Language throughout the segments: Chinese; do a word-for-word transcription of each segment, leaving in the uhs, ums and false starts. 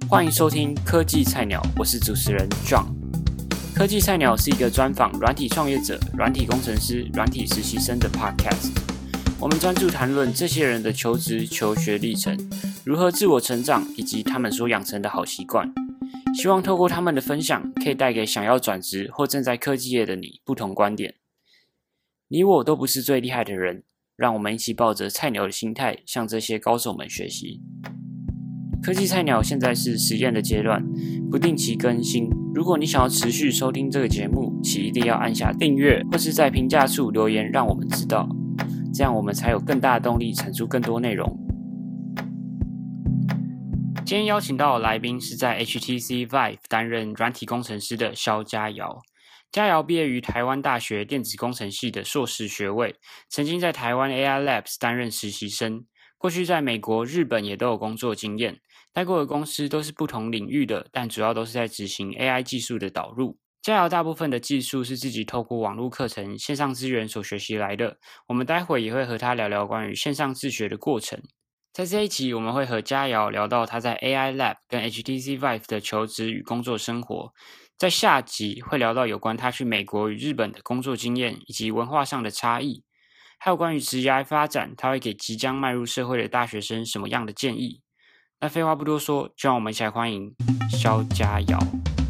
欢迎收听科技菜鸟，我是主持人 John。科技菜鸟是一个专访软体创业者、软体工程师、软体实习生的 podcast。我们专注谈论这些人的求职、求学历程，如何自我成长，以及他们所养成的好习惯。希望透过他们的分享，可以带给想要转职或正在科技业的你不同观点。你我都不是最厉害的人，让我们一起抱着菜鸟的心态，向这些高手们学习。科技菜鸟现在是实验的阶段，不定期更新。如果你想要持续收听这个节目，请一定要按下订阅，或是在评价处留言，让我们知道，这样我们才有更大的动力产出更多内容。今天邀请到的来宾是在 H T C Vive 担任软体工程师的萧佳瑶。佳瑶毕业于台湾大学电子工程系的硕士学位，曾经在台湾 A I Labs 担任实习生，过去在美国、日本也都有工作经验，待过的公司都是不同领域的，但主要都是在执行 A I 技术的导入。佳瑶大部分的技术是自己透过网络课程、线上资源所学习来的，我们待会也会和她聊聊关于线上自学的过程。在这一集，我们会和佳瑶聊到她在 A I Lab 跟 H T C Vive 的求职与工作生活。在下集会聊到有关她去美国与日本的工作经验以及文化上的差异，还有关于职业发展，她会给即将迈入社会的大学生什么样的建议。那废话不多说，就让我们一起来欢迎萧佳瑶。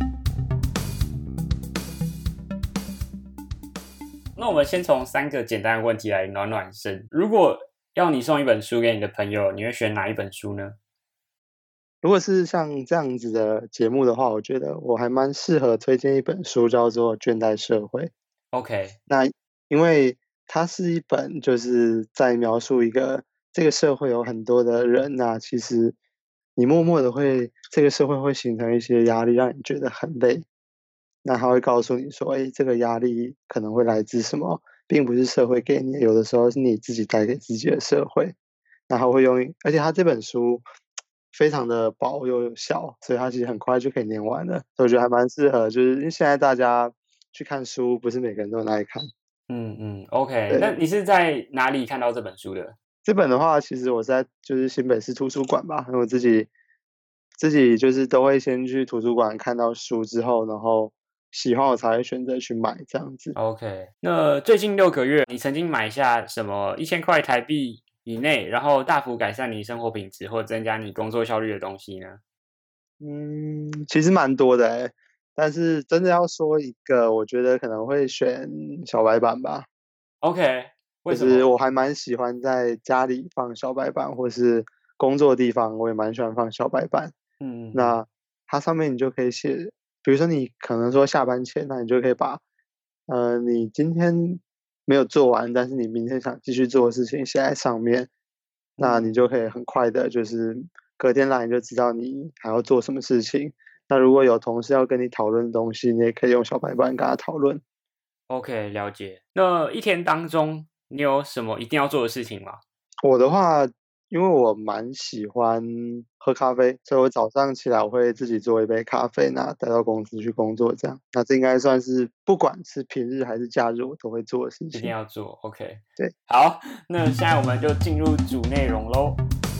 那我们先从三个简单的问题来暖暖身。如果要你送一本书给你的朋友，你会选哪一本书呢？ 如果是像这样子的节目的话，我觉得我还蛮适合推荐一本书，叫做《倦怠社会》。 OK， 那因为它是一本就是在描述一个这个社会有很多的人，那其实你默默的会这个社会会形成一些压力，让你觉得很累。那他会告诉你说，哎，这个压力可能会来自什么，并不是社会给你，有的时候是你自己带给自己的社会。那他会用，而且他这本书非常的薄又有效，所以他其实很快就可以念完了。所以我觉得还蛮适合，就是因为现在大家去看书，不是每个人都很爱看。 嗯嗯 ，OK， 那你是在哪里看到这本书的？ 这本的话，其实我是在就是新北市图书馆吧，因为我自己自己就是都会先去图书馆看到书之后，然后喜欢我才会选择去买这样子。 OK， 那最近六个月，你曾经买下什么一千块台币以内，然后大幅改善你生活品质或增加你工作效率的东西呢？ 嗯，其实蛮多的欸，但是真的要说一个，我觉得可能会选小白板吧。 OK， 为什么？ 就是我还蛮喜欢在家里放小白板，或是工作的地方，我也蛮喜欢放小白板。 嗯， 那它上面你就可以写，比如说你可能说下班前，那你就可以把呃你今天没有做完，但是你明天想继续做的事情写在上面，那你就可以很快的，就是隔天来你就知道你还要做什么事情。那如果有同事要跟你讨论的东西，你也可以用小白板跟他讨论。 OK， 了解。那一天当中，你有什么一定要做的事情吗？ 我的话，因为我蛮喜欢喝咖啡，所以我早上起来我会自己做一杯咖啡，那带到公司去工作这样。那这应该算是不管是平日还是假日我都会做的事情。 一定要做 OK。 对， 好，那现在我们就进入主内容咯。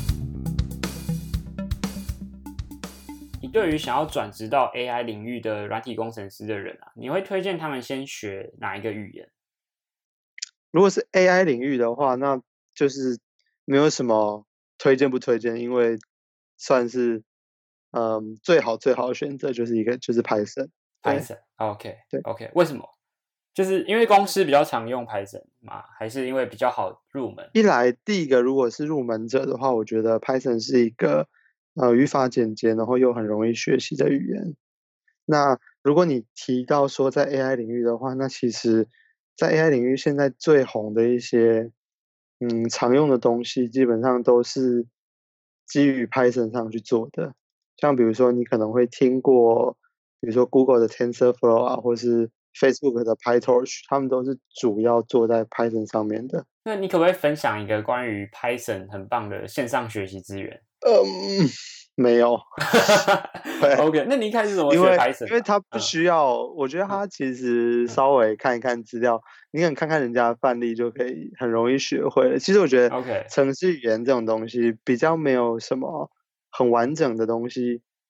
你对于想要转职到 A I 领域的软体工程师的人啊，你会推荐他们先学哪一个语言？ 如果是 A I 领域的话，那就是没有什么推荐不推荐，因为算是嗯最好最好的选择就是一个就是 Python。Python OK 对 OK， 为什么？就是因为公司比较常用 Python 吗？还是因为比较好入门？ 一来第一个如果是入门者的话，我觉得 Python 是一个呃语法简洁，然后又很容易学习的语言。那如果你提到说在 A I 领域的话，那其实在 A I 领域现在最红的一些嗯常用的东西，基本上都是基于 Python 上去做的。像比如说你可能会听过，比如说 Google 的 TensorFlow 啊，或是 Facebook 的 PyTorch， 他们都是主要做在 Python 上面的。 那你可不可以分享一个关于 Python 很棒的线上学习资源？ 嗯，没有。 OK， 那你一开始怎么学 Python？ 因为它不需要，嗯、我觉得它其实稍微看一看资料，嗯、你可能看看人家的范例就可以很容易学会了。其实我觉得程式语言这种东西比较没有什么很完整的东西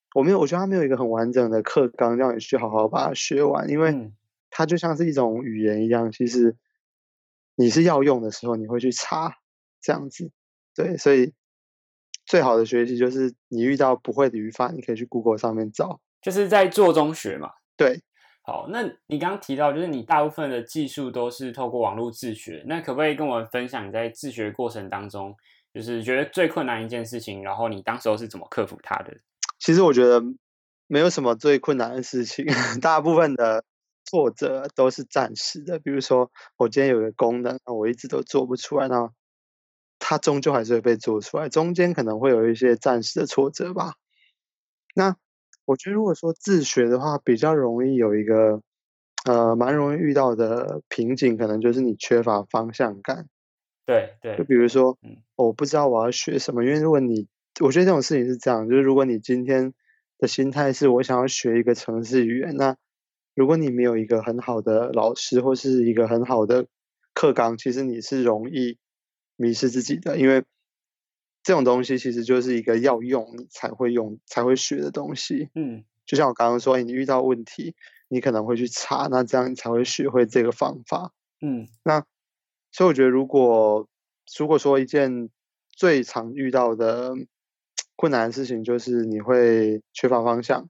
我没有，我觉得它没有一个很完整的课纲让你去好好把它学完，因为嗯它就像是一种语言一样，其实你是要用的时候，你会去查这样子。对，所以最好的学习就是你遇到不会的语法，你可以去 Google 上面找。 就是在做中学嘛。 对， 好，那你刚刚提到，就是你大部分的技术都是透过网络自学，那可不可以跟我们分享你在自学过程当中，就是觉得最困难一件事情，然后你当时候是怎么克服它的？ 其实我觉得没有什么最困难的事情，大部分的挫折都是暂时的。比如说，我今天有个功能，我一直都做不出来，那它终究还是会被做出来，中间可能会有一些暂时的挫折吧。那我觉得如果说自学的话，比较容易有一个，呃，蛮容易遇到的瓶颈，可能就是你缺乏方向感。就对对， 比如说， 嗯哦我不知道我要学什么，因为如果你我觉得这种事情是这样，就是如果你今天的心态是我想要学一个程式语言，那如果你没有一个很好的老师或是一个很好的课纲，其实你是容易迷失自己的，因为这种东西其实就是一个要用你才会用才会学的东西。 嗯就像我刚刚说，你遇到问题，你可能会去查，那这样你才会学会这个方法。 嗯那所以我觉得如果如果说一件最常遇到的困难的事情就是你会缺乏方向，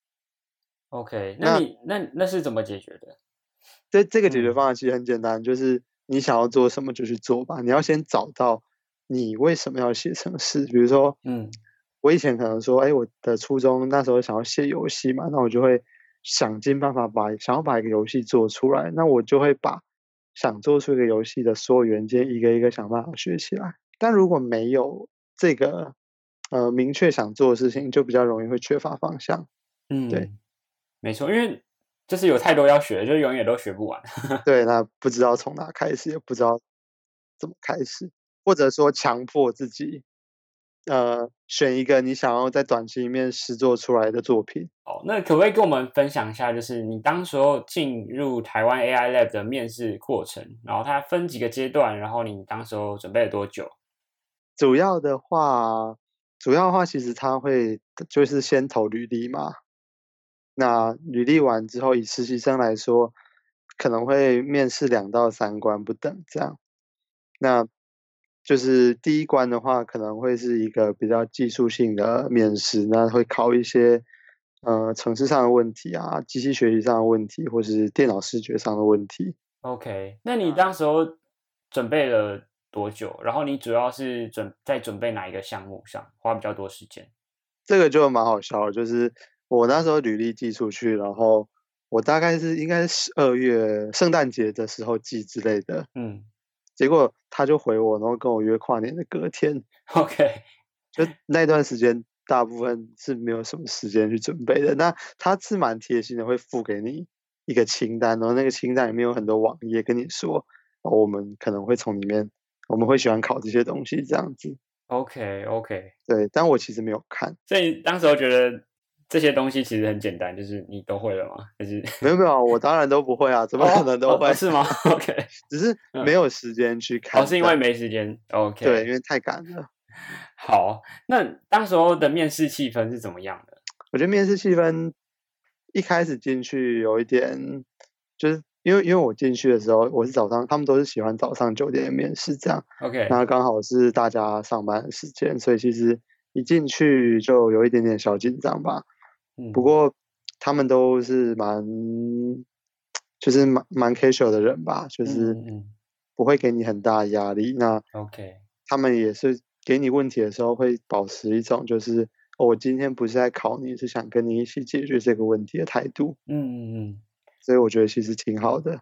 ，OK，那那你那那是怎么解决的？ 这这个解决嗯方案其实很简单，就是你想要做什么就去做吧。你要先找到你为什么要写程式。比如说， 嗯我以前可能说，哎，我的初衷那时候想要写游戏嘛，那我就会想尽办法把想要把一个游戏做出来，那我就会把想做出一个游戏的所有元件一个一个想办法学起来。但如果没有这个呃明确想做的事情，就比较容易会缺乏方向。对。 嗯，没错，因为就是有太多要学，就永远都学不完。 对，那不知道从哪开始，也不知道怎么开始，或者说强迫自己，呃，选一个你想要在短期里面实做出来的作品。 好，那可不可以跟我们分享一下，就是你当时候进入台湾 A I Lab 的面试过程，然后它分几个阶段，然后你当时候准备了多久？ 主要的话主要的话其实他会就是先投履历嘛，那履历完之后，以实习生来说，可能会面试两到三关不等这样。那就是第一关的话，可能会是一个比较技术性的面试，那会考一些呃程式上的问题啊，机器学习上的问题，或是电脑视觉上的问题。 OK，那你当时候准备了多久？然后你主要是准在准备哪一个项目上花比较多时间？ 这个就蛮好笑的，就是我那时候履历寄出去，然后我大概是应该是十二月圣诞节的时候寄之类的， 嗯结果他就回我，然后跟我约跨年的隔天。 ，OK， 就那段时间大部分是没有什么时间去准备的。那他是蛮贴心的，会付给你一个清单，然后那个清单里面有很多网页跟你说，哦，我们可能会从里面，我们会喜欢考这些东西这样子。 OK OK， 对，但我其实没有看。 所以当时候觉得这些东西其实很简单，就是你都会了吗？还是没有没有，我当然都不会啊，怎么可哦能都会？ 哦哦是吗？OK， 只是没嗯， 有时间去哦看这样。 是因为没时间对，因 ，OK， 为太赶了。 好，那当时候的面试气氛是怎么样的我觉得面试气氛一开始进去有一点，就是因为因为我进去的时候我是早上，他们都是喜欢早上九点面试这样， ？OK， 那刚好是大家上班的时间，所以其实一进去就有一点点小紧张吧。不嗯过他们都是蛮就是蛮蛮 casual 的人吧，就嗯是嗯嗯不会给你很大的压力。那 ，OK， 他们也是给你问题的时候会保持一种就是，哦，我今天不是在考你，是想跟你一起解决这个问题的态度， 嗯嗯嗯所以我觉得其实挺好的。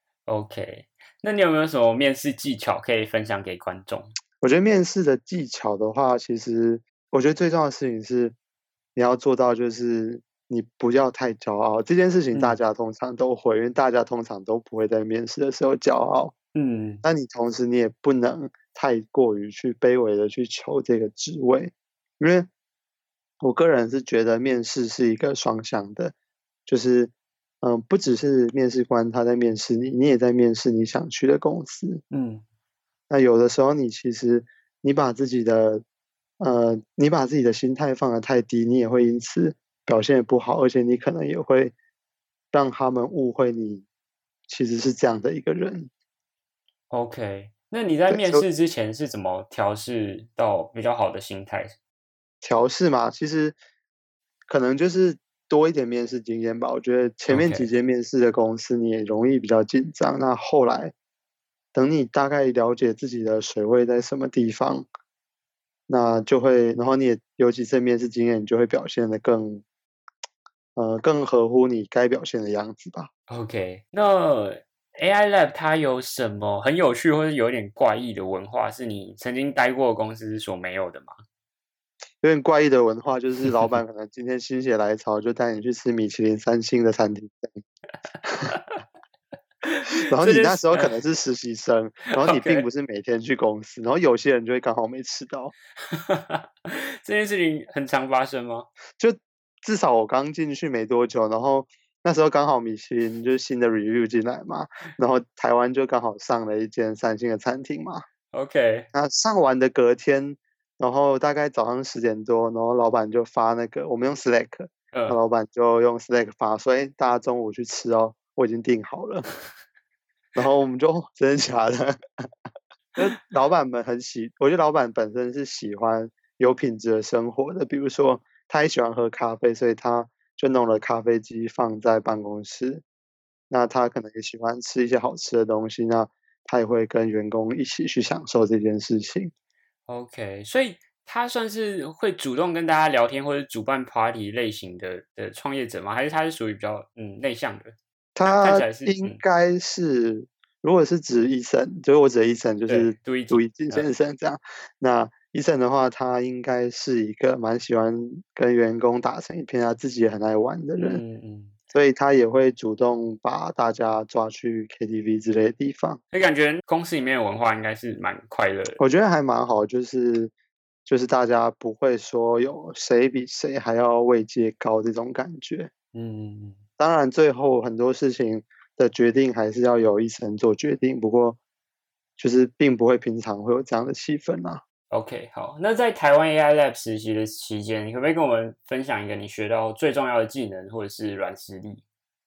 ，OK，那你有没有什么面试技巧可以分享给观众？ 我觉得面试的技巧的话，其实我觉得最重要的事情是，你要做到就是你不要太骄傲。这件事情大嗯家通常都会，因为大家通常都不会在面试的时候骄傲。 嗯那你同时你也不能太过于去卑微的去求这个职位，因为我个人是觉得面试是一个双向的，就是，嗯，不只是面试官他在面试你，你也在面试你想去的公司。 嗯那有的时候你其实你把自己的呃，你把自己的心态放得太低，你也会因此表现得不好，而且你可能也会让他们误会你其实是这样的一个人。 OK，那你在对，所以面试之前是怎么调试到比较好的心态？ 调试嘛，其实可能就是多一点面试经验吧。我觉得前面几 OK， 间面试的公司你也容易比较紧张，那后来等你大概了解自己的水位在什么地方，那就会，然后你也有几次面试经验，你就会表现得更呃，更合乎你该表现的样子吧。 OK，那 A I Lab 它有什么很有趣或者有点怪异的文化，是你曾经待过的公司所没有的吗？ 有点怪异的文化，就是老板可能今天心血来潮就带你去吃米其林三星的餐厅，然后你那时候这件事呃可能是实习生，然后你并不 ，OK， 是每天去公司，然后有些人就会刚好没吃到。 这件事情很常发生吗就至少我刚进去没多久，然后那时候刚好米其林就是新的 review 进来嘛，然后台湾就刚好上了一间三星的餐厅嘛。 ？OK， 那上完的隔天，然后大概早上十点多，然后老板就发那个我们用 Slack，那嗯， 老板就用 Slack 发说：“哎，大家中午去吃哦，我已经订好了。”然后我们就哦真的假的？就老板们很喜我觉得老板本身是喜欢有品质的生活的，比如说他也喜欢喝咖啡，所以他就弄了咖啡机放在办公室。那他可能也喜欢吃一些好吃的东西，那他也会跟员工一起去享受这件事情。 OK，所以他算是会主动跟大家聊天或者主办 party 类型的的创业者吗？还是他是属于比较嗯内向的？看看起他来是嗯， 应该是如果是指医生，就是我指的医生就对， 是杜一景， 杜一进嗯先生这样。那医生的话，他应该是一个蛮喜欢跟员工打成一片，他自己也很爱玩的人， 嗯嗯， 所以他也会主动把大家抓去 K T V 之类的地方。 所以感觉公司里面的文化应该是蛮快乐的。 我觉得还蛮好，就是就是大家不会说有谁比谁还要位阶高这种感觉。 嗯嗯嗯。 当然最后很多事情的决定还是要由医生做决定，不过就是并不会平常会有这样的气氛啦。 OK，好，那在台湾 A I Lab 实习的期间，你可不可以跟我们分享一个你学到最重要的技能或者是软实力？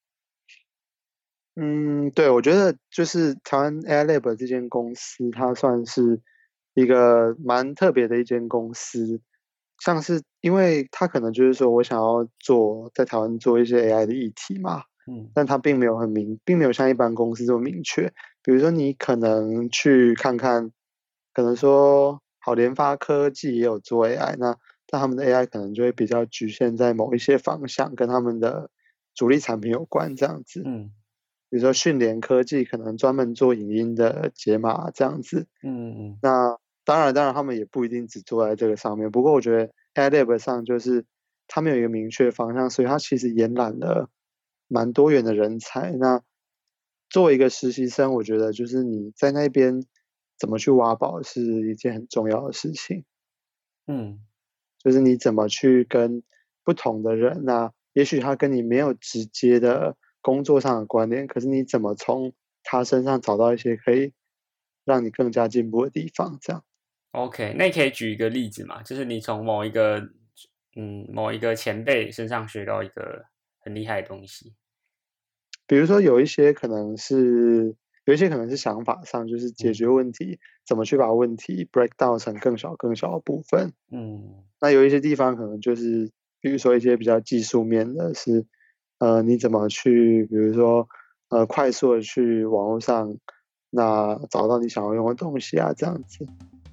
嗯，对，我觉得就是台湾 A I Lab 这间公司，它算是一个蛮特别的一间公司。像是因为它可能就是说我想要做在台湾做一些 A I 的议题嘛， 嗯但它并没有很明并没有像一般公司这么明确。比如说你可能去看看，可能说好联发科技也有做 A I，那但他们的 A I 可能就会比较局限在某一些方向，跟他们的主力产品有关这样子。 嗯比如说讯联科技可能专门做影音的解码这样子。 嗯嗯那当然当然他们也不一定只做在这个上面，不过我觉得 A I Lab 上就是他们有一个明确方向，所以它其实延揽了蛮多元的人才。那作为一个实习生，我觉得就是你在那边怎么去挖宝是一件很重要的事情。 嗯就是你怎么去跟不同的人，那也许他跟你没有直接的工作上的关联，可是你怎么从他身上找到一些可以让你更加进步的地方，这样。 ，OK，那你可以举一个例子嘛？就是你从某一个嗯某一个前辈身上学到一个很厉害的东西。 比如说有一些可能是有一些可能是想法上，就是解决嗯问题，怎么去把问题 break down 成更小更小的部分。 嗯那有一些地方可能就是比如说一些比较技术面的是，呃，你怎么去比如说，呃，快速的去网络上，那找到你想要用的东西啊，这样子。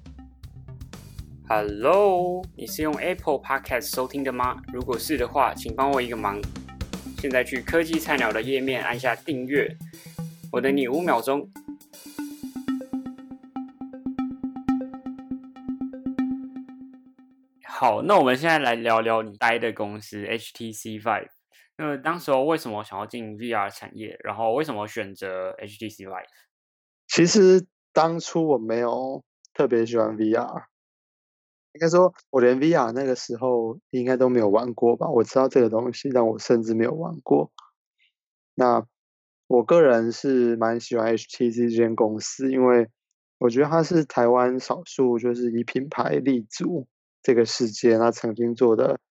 ，Hello，你是用 Apple Podcast 收听的吗？如果是的话，请帮我一个忙，现在去科技菜鸟的页面按下订阅，我等你五秒钟。好，那我们现在来聊聊你待的公司 H T C Vive。那么当时候为什么想要进 V R 产业？然后为什么选择 H T C Vive？ 其实当初我没有特别喜欢 V R，应该说我连 V R 那个时候应该都没有玩过吧。我知道这个东西，但我甚至没有玩过。那我个人是蛮喜欢 H T C 这间公司，因为我觉得它是台湾少数就是以品牌立足这个世界，它曾经做的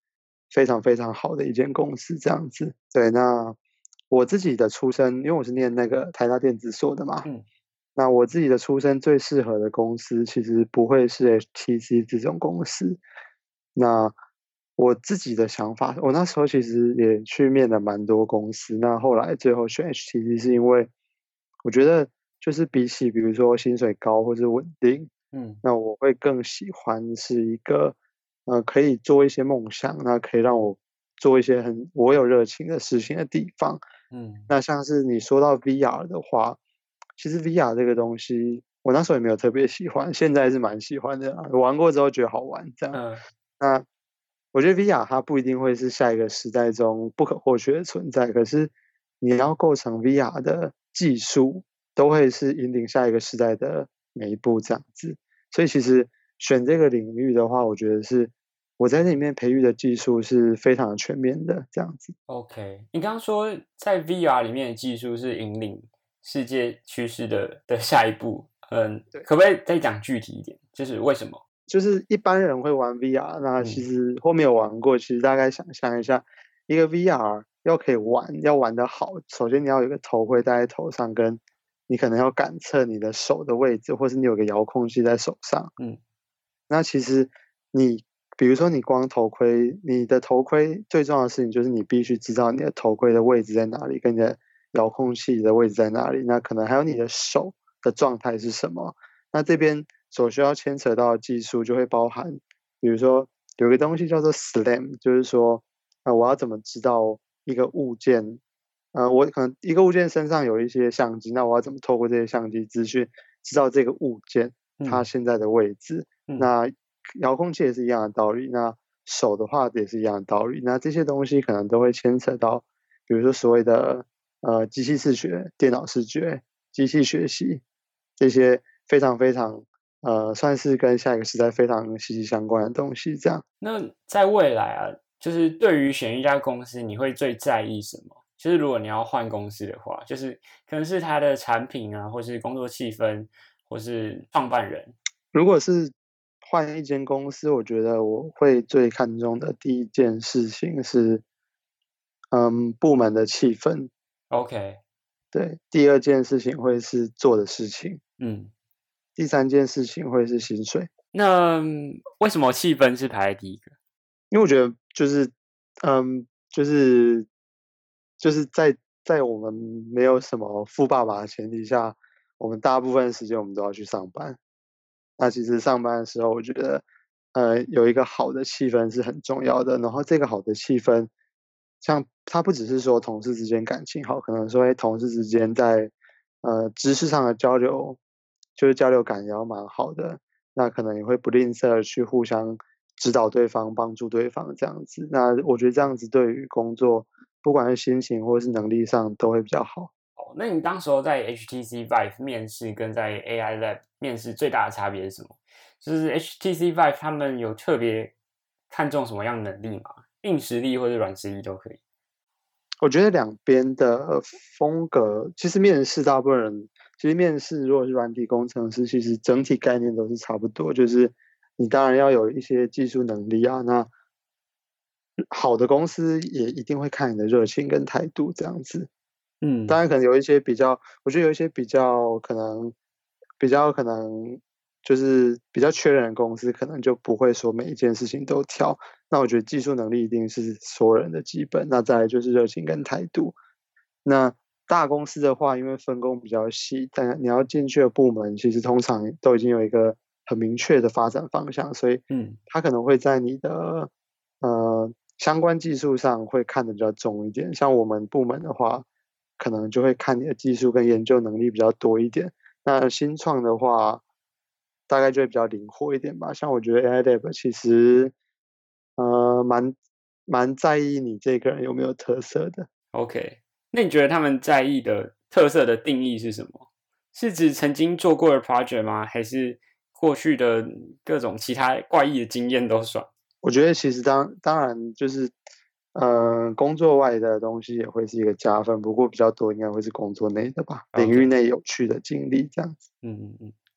非常非常好的一间公司这样子。对，那我自己的出身，因为我是念那个台大电子所的嘛， 嗯那我自己的出身最适合的公司其实不会是 H T C 这种公司。那我自己的想法，我那时候其实也去面了蛮多公司，那后来最后选 H T C 是因为我觉得就是比起比如说薪水高或是稳定， 嗯那我会更喜欢是一个呃可以做一些梦想，那可以让我做一些很我有热情的事情的地方。 嗯那像是你说到 V R 的话，其实 V R 这个东西，我那时候也没有特别喜欢，现在是蛮喜欢的啊，玩过之后觉得好玩这样。 嗯那我觉得 V R 它不一定会是下一个时代中不可或缺的存在，可是你要构成 V R 的技术，都会是引领下一个时代的每一步这样子。所以其实选这个领域的话，我觉得是我在这里面培育的技术是非常全面的这样子。 ，OK，你刚刚说在 V R 里面的技术是引领世界趋势的的下一步，嗯， 对， 可不可以再讲具体一点？就是为什么？ 就是一般人会玩 V R，那其嗯实或没有玩过，其实大概想象一下，一个 V R 要可以玩，要玩得好，首先你要有一个头盔戴在头上，跟你可能要感测你的手的位置，或是你有个遥控器在手上。 嗯那其实你比如说你光头盔，你的头盔最重要的事情就是你必须知道你的头盔的位置在哪里，跟你的遥控器的位置在哪里，那可能还有你的手的状态是什么。那这边所需要牵扯到的技术就会包含，比如说有个东西叫做 S L A M，就是说，呃，我要怎么知道一个物件，呃，我可能一个物件身上有一些相机，那我要怎么透过这些相机资讯知道这个物件它嗯现在的位置？ 嗯那遥控器也是一样的道理，那手的话也是一样的道理。那这些东西可能都会牵扯到，比如说所谓的呃机器视觉、电脑视觉、机器学习这些非常非常呃算是跟下一个时代非常息息相关的东西。这样， 那在未来啊，就是对于选一家公司，你会最在意什么？就是如果你要换公司的话，就是可能是它的产品啊，或是工作气氛，或是创办人。 如果是换一间公司，我觉得我会最看重的第一件事情是，嗯，部门的气氛。 OK， 对，第二件事情会是做的事情。 嗯， 第三件事情会是薪水， 那为什么气氛是排在第一个？ 因为我觉得就是，嗯，就是就是在在我们没有什么富爸爸的前提下，我们大部分时间我们都要去上班。那其实上班的时候，我觉得，呃，有一个好的气氛是很重要的。然后这个好的气氛，像它不只是说同事之间感情好，可能说哎同事之间在呃知识上的交流，就是交流感也要蛮好的。那可能也会不吝啬去互相指导对方、帮助对方这样子。那我觉得这样子对于工作，不管是心情或是能力上都会比较好。 哦，那你当时候在 H T C Vive 面试跟在 A I Lab 面试最大的差别是什么？就是 H T C Vive 他们有特别看重什么样的能力吗？硬实力或者软实力都可以。 我觉得两边的风格，其实面试大部分人，其实面试如果是软体工程师，其实整体概念都是差不多，就是你当然要有一些技术能力啊，那好的公司也一定会看你的热情跟态度这样子。当嗯然可能有一些比较，我觉得有一些比较可能比较可能就是比较缺人的公司，可能就不会说每一件事情都挑。那我觉得技术能力一定是所有人的基本，那再来就是热情跟态度。那大公司的话，因为分工比较细，但你要进去的部门其实通常都已经有一个很明确的发展方向，所以嗯他可能会在你的呃相关技术上会看得比较重一点。像我们部门的话，可能就会看你的技术跟研究能力比较多一点。那新创的话，大概就会比较灵活一点吧。像我觉得 A I Lab 其实呃蛮蛮在意你这个人有没有特色的。 ，OK。那你觉得他们在意的特色的定义是什么？是指曾经做过的 project 吗？还是过去的各种其他怪异的经验都算？ 我觉得其实当当然就是，呃，工作外的东西也会是一个加分，不过比较多应该会是工作内的吧，领域 OK， 内有趣的经历这样子。 嗯嗯嗯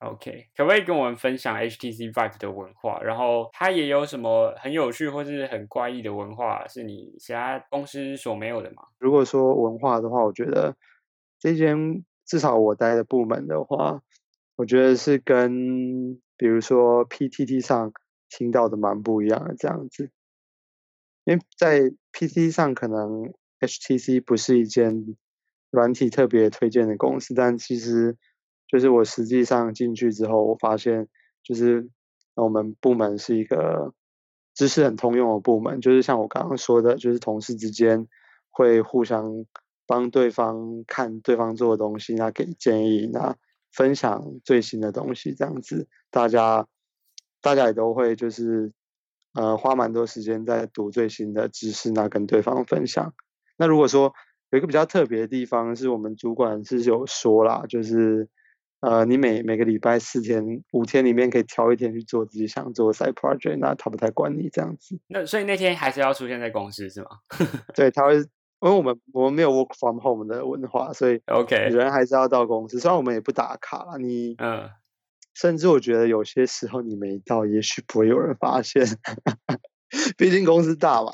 OK， 可不可以跟我们分享 H T C Vive 的文化？然后它也有什么很有趣或是很怪异的文化，是你其他公司所没有的吗？ 如果说文化的话，我觉得这间至少我待的部门的话，我觉得是跟比如说 P T T 上听到的蛮不一样的这样子。因为在 P T T 上可能 H T C 不是一间软体特别推荐的公司，但其实就是我实际上进去之后，我发现就是我们部门是一个知识很通用的部门，就是像我刚刚说的，就是同事之间会互相帮对方看对方做的东西，那给建议，那分享最新的东西，这样子，大家大家也都会就是呃花蛮多时间在读最新的知识，那跟对方分享。那如果说有一个比较特别的地方，是我们主管是有说啦，就是呃你每每个礼拜四天五天里面可以挑一天去做自己想做的 side project，那他不太管你这样子。 那所以那天还是要出现在公司是吗？ 对，他会，因为我们我们没有 work from home 的文化，所以 OK， 人还是要到公司。虽然我们也不打卡啦，你嗯， 甚至我觉得有些时候你没到，也许不会有人发现，毕竟公司大嘛。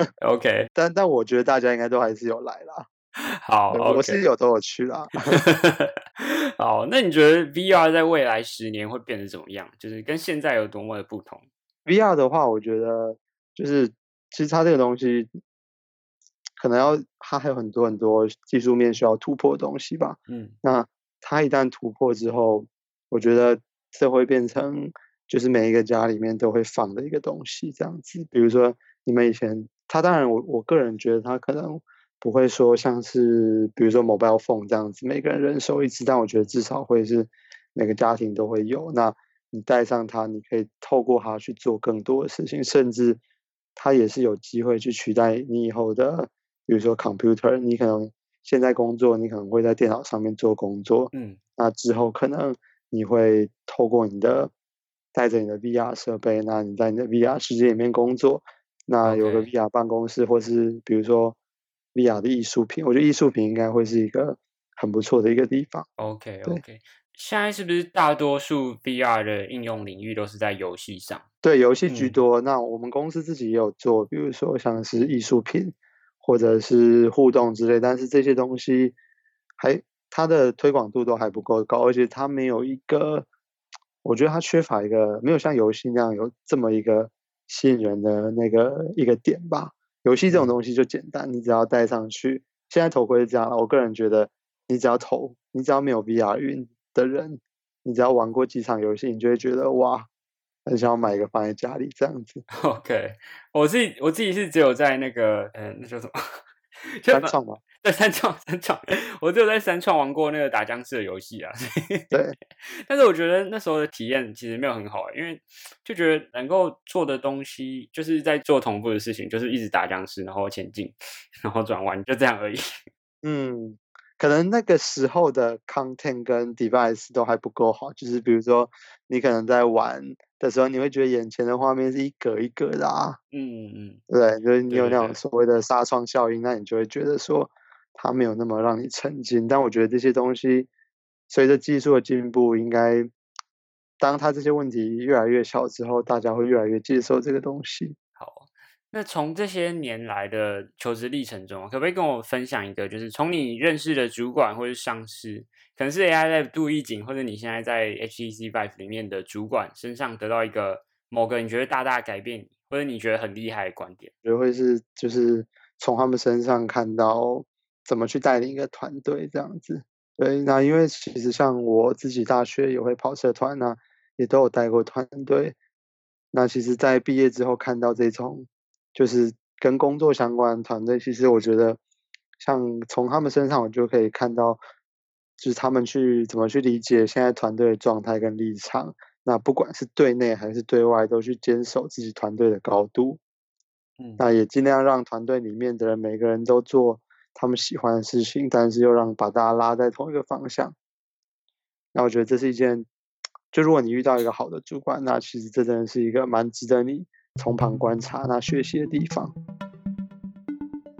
OK， 但但我觉得大家应该都还是有来啦。 好对，我 ，OK， 是有都有去啦。 好，那你觉得 V R 在未来十年会变得怎么样？就是跟现在有多么的不同？ V R 的话，我觉得就是其实它这个东西可能要它还有很多很多技术面需要突破的东西吧。 嗯那它一旦突破之后，我觉得这会变成就是每一个家里面都会放的一个东西，这样子。比如说你们以前，它当然我我个人觉得它可能不会说像是比如说 mobile phone 这样子，每个人人手一只，但我觉得至少会是每个家庭都会有。那你带上它，你可以透过它去做更多的事情，甚至它也是有机会去取代你以后的，比如说 computer，你可能现在工作，你可能会在电脑上面做工作， 嗯那之后可能你会透过你的带着你的 V R 设备，那你在你的 V R 世界里面工作，那有个 ，OK， V R 办公室，或是比如说 V R 的艺术品，我觉得艺术品应该会是一个很不错的一个地方。 OK 对 OK，现在是不是大多数 V R 的应用领域都是在游戏上？ 对，游戏居嗯多。那我们公司自己也有做，比如说像是艺术品或者是互动之类，但是这些东西还它的推广度都还不够高，而且它没有一个，我觉得它缺乏一个没有像游戏那样有这么一个吸引人的那个一个点吧。游戏这种嗯东西就简单，你只要戴上去。现在头盔是这样啦，我个人觉得，你只要头，你只要没有 V R 晕的人，你只要玩过几场游戏，你就会觉得哇，很想要买一个放在家里这样子。 ，OK，我自己我自己是只有在那个，呃，那叫什么？就三创嘛， 对，三创三创，我只有在三创玩过那个打僵尸的游戏啊。 对， 但是我觉得那时候的体验其实没有很好，因为就觉得能够做的东西就是在做重复的事情，就是一直打僵尸，然后前进，然后转弯，就这样而已。 嗯，可能那个时候的 content 跟 device 都还不够好，就是比如说你可能在玩的时候，你会觉得眼前的画面是一格一格的啊， 嗯嗯， 对，就是你有那种对对对。 所谓的纱窗效应，那你就会觉得说它没有那么让你沉浸。但我觉得这些东西随着技术的进步，应该当它这些问题越来越小之后，大家会越来越接受这个东西。 好，那从这些年来的求职历程中，可不可以跟我分享一个，就是从你认识的主管或是上司，可能是 A I Lab 杜义景，或者你现在在 H T C Vive 里面的主管身上得到一个某个你觉得大大改变你，或者你觉得很厉害的观点？ 觉得会是就是从他们身上看到怎么去带领一个团队这样子。对，那因为其实像我自己大学也会跑社团啊，也都有带过团队。那其实在毕业之后看到这种就是跟工作相关的团队，其实我觉得像从他们身上我就可以看到，就是他们去怎么去理解现在团队的状态跟立场，那不管是对内还是对外，都去坚守自己团队的高度。 嗯那也尽量让团队里面的人每个人都做他们喜欢的事情，但是又让把大家拉在同一个方向。那我觉得这是一件，就如果你遇到一个好的主管，那其实这真的是一个蛮值得你从旁观察、那学习的地方。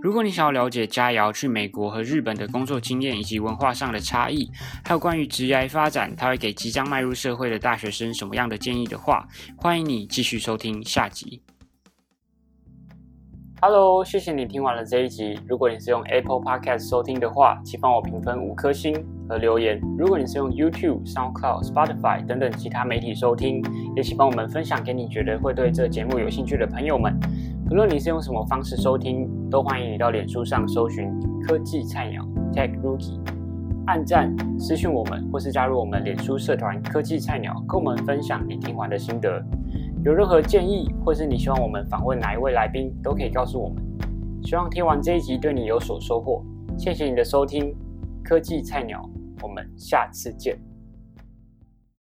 如果你想要了解佳瑶去美国和日本的工作经验以及文化上的差异，还有关于职业发展，他会给即将迈入社会的大学生什么样的建议的话，欢迎你继续收听下集。Hello， 谢谢你听完了这一集。如果你是用 Apple Podcast 收听的话，请帮我评分五颗星和留言。如果你是用 YouTube、SoundCloud、Spotify 等等其他媒体收听，也请帮我们分享给你觉得会对这节目有兴趣的朋友们。不论你是用什么方式收听，都欢迎你到脸书上搜寻科技菜鸟 Tech Rookie， 按赞、私讯我们，或是加入我们脸书社团科技菜鸟，跟我们分享你听完的心得。有任何建议，或是你希望我们访问哪一位来宾，都可以告诉我们。希望听完这一集对你有所收获。谢谢你的收听，科技菜鸟，我们下次见。